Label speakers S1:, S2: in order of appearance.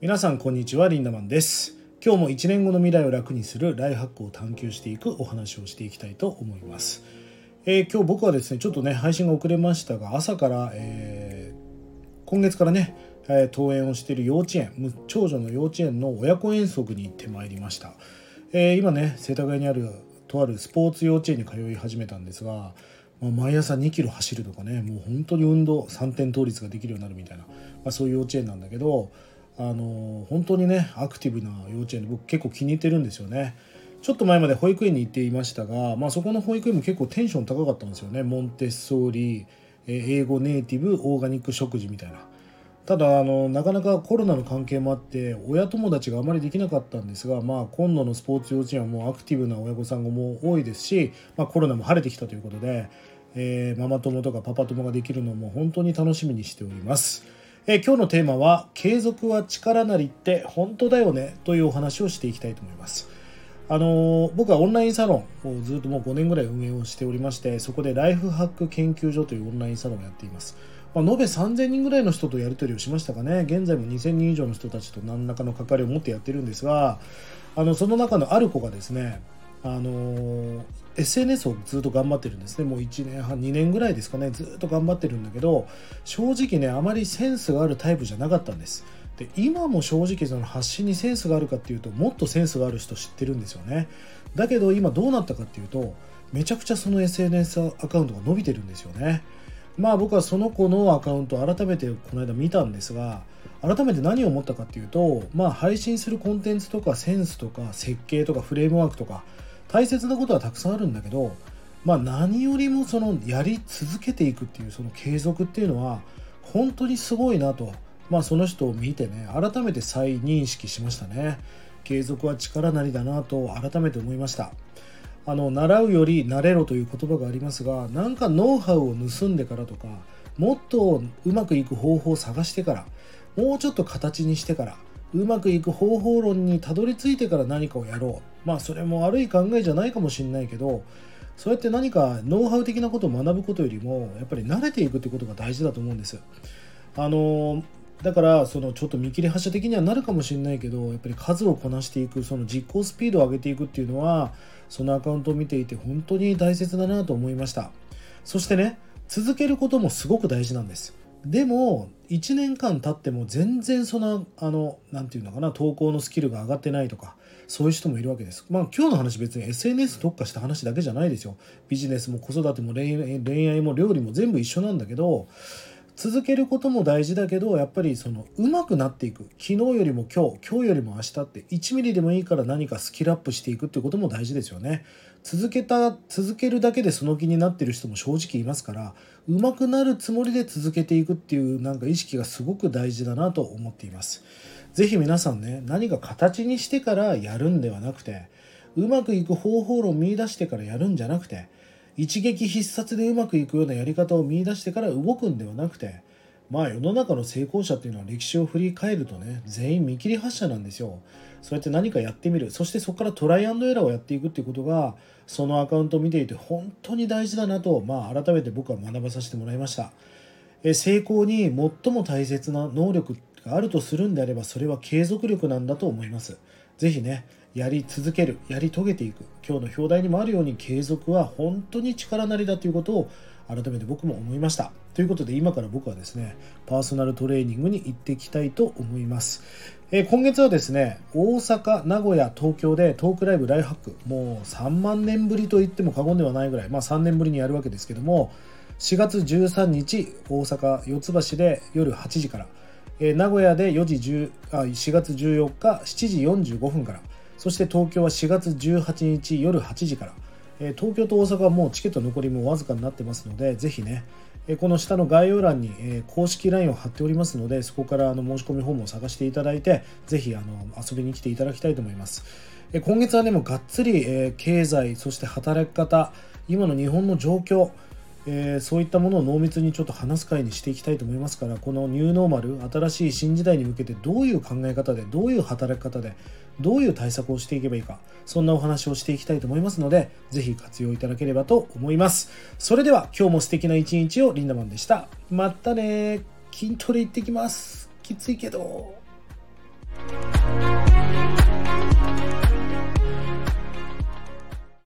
S1: 皆さんこんにちは、リンダマンです。今日も1年後の未来を楽にするライフハックを探求していくお話をしていきたいと思います。今日僕はですね、ちょっとね配信が遅れましたが、朝から、今月からね、登園をしている幼稚園、長女の幼稚園の親子遠足に行ってまいりました。今ね、世田谷にあるとあるスポーツ幼稚園に通い始めたんですが、毎朝2キロ走るとかね、もう本当に運動3点倒立ができるようになるみたいな、そういう幼稚園なんだけど、本当にねアクティブな幼稚園で僕結構気に入ってるんですよね。ちょっと前まで保育園に行っていましたが、そこの保育園も結構テンション高かったんですよね。モンテッソーリ、英語ネイティブ、オーガニック食事みたいな。ただなかなかコロナの関係もあって親友達があまりできなかったんですが、今度のスポーツ幼稚園はもうアクティブな親御さんがもう多いですし、コロナも晴れてきたということで、ママ友とかパパ友ができるのも本当に楽しみにしております。今日のテーマは継続は力なりって本当だよねというお話をしていきたいと思います。僕はオンラインサロンをずっともう5年ぐらい運営をしておりまして、そこでライフハック研究所というオンラインサロンをやっています。延べ3000人ぐらいの人とやり取りをしましたかね。現在も2000人以上の人たちと何らかの関わりを持ってやってるんですが、その中のある子がですね、SNS をずっと頑張ってるんですね。もう1年半2年ぐらいですかね、ずっと頑張ってるんだけど、正直ねあまりセンスがあるタイプじゃなかったんです。で、今も正直その発信にセンスがあるかっていうと、もっとセンスがある人知ってるんですよね。だけど今どうなったかっていうと、めちゃくちゃその SNS アカウントが伸びてるんですよね。僕はその子のアカウントを改めてこの間見たんですが、改めて何を思ったかっていうと、配信するコンテンツとかセンスとか設計とかフレームワークとか大切なことはたくさんあるんだけど、何よりもそのやり続けていくっていうその継続っていうのは本当にすごいなと、その人を見てね改めて再認識しましたね。継続は力なりだなと改めて思いました。習うより慣れろという言葉がありますが、なんかノウハウを盗んでからとか、もっとうまくいく方法を探してから、もうちょっと形にしてから、うまくいく方法論にたどり着いてから何かをやろう。それも悪い考えじゃないかもしれないけど、そうやって何かノウハウ的なことを学ぶことよりもやっぱり慣れていくってことが大事だと思うんです。だからちょっと見切り発車的にはなるかもしれないけど、やっぱり数をこなしていく、その実行スピードを上げていくっていうのは、そのアカウントを見ていて本当に大切だなと思いました。そしてね、続けることもすごく大事なんです。でも1年間経っても全然なんていうのかな、投稿のスキルが上がってないとか、そういう人もいるわけです。今日の話別に SNS 特化した話だけじゃないですよ。ビジネスも子育ても恋愛も料理も全部一緒なんだけど、続けることも大事だけど、やっぱり上手くなっていく、昨日よりも今日よりも明日って1ミリでもいいから何かスキルアップしていくっていうことも大事ですよね。続けるだけでその気になってる人も正直いますから、上手くなるつもりで続けていくっていう意識がすごく大事だなと思っています。ぜひ皆さんね、何か形にしてからやるんではなくて、うまくいく方法論を見出してからやるんじゃなくて、一撃必殺でうまくいくようなやり方を見出してから動くんではなくて、世の中の成功者っていうのは歴史を振り返るとね、全員見切り発車なんですよ。そうやって何かやってみる、そしてそこからトライアンドエラーをやっていくっていうことが、そのアカウントを見ていて本当に大事だなと、改めて僕は学ばさせてもらいました。成功に最も大切な能力があるとするんであれば、それは継続力なんだと思います。ぜひね、やり続ける、やり遂げていく、今日の表題にもあるように継続は本当に力なりだということを改めて僕も思いました。ということで、今から僕はですね、パーソナルトレーニングに行っていきたいと思います。今月はですね、大阪、名古屋、東京でトークライブライフハック、もう3万年ぶりと言っても過言ではないぐらい、3年ぶりにやるわけですけども、4月13日大阪四ツ橋で夜8時から、名古屋で4月14日7時45分から、そして東京は4月18日夜8時から、東京と大阪はもうチケット残りもわずかになってますので、ぜひね、この下の概要欄に公式 LINE を貼っておりますので、そこから申し込みフォームを探していただいて、ぜひ遊びに来ていただきたいと思います。今月はね、もうがっつり経済、そして働き方、今の日本の状況、そういったものを濃密にちょっと話す会にしていきたいと思いますから、このニューノーマル、新しい新時代に向けてどういう考え方で、どういう働き方で、どういう対策をしていけばいいか、そんなお話をしていきたいと思いますので、ぜひ活用いただければと思います。それでは今日も素敵な一日を。リンダマンでした。またね。筋トレ行ってきます。きついけど。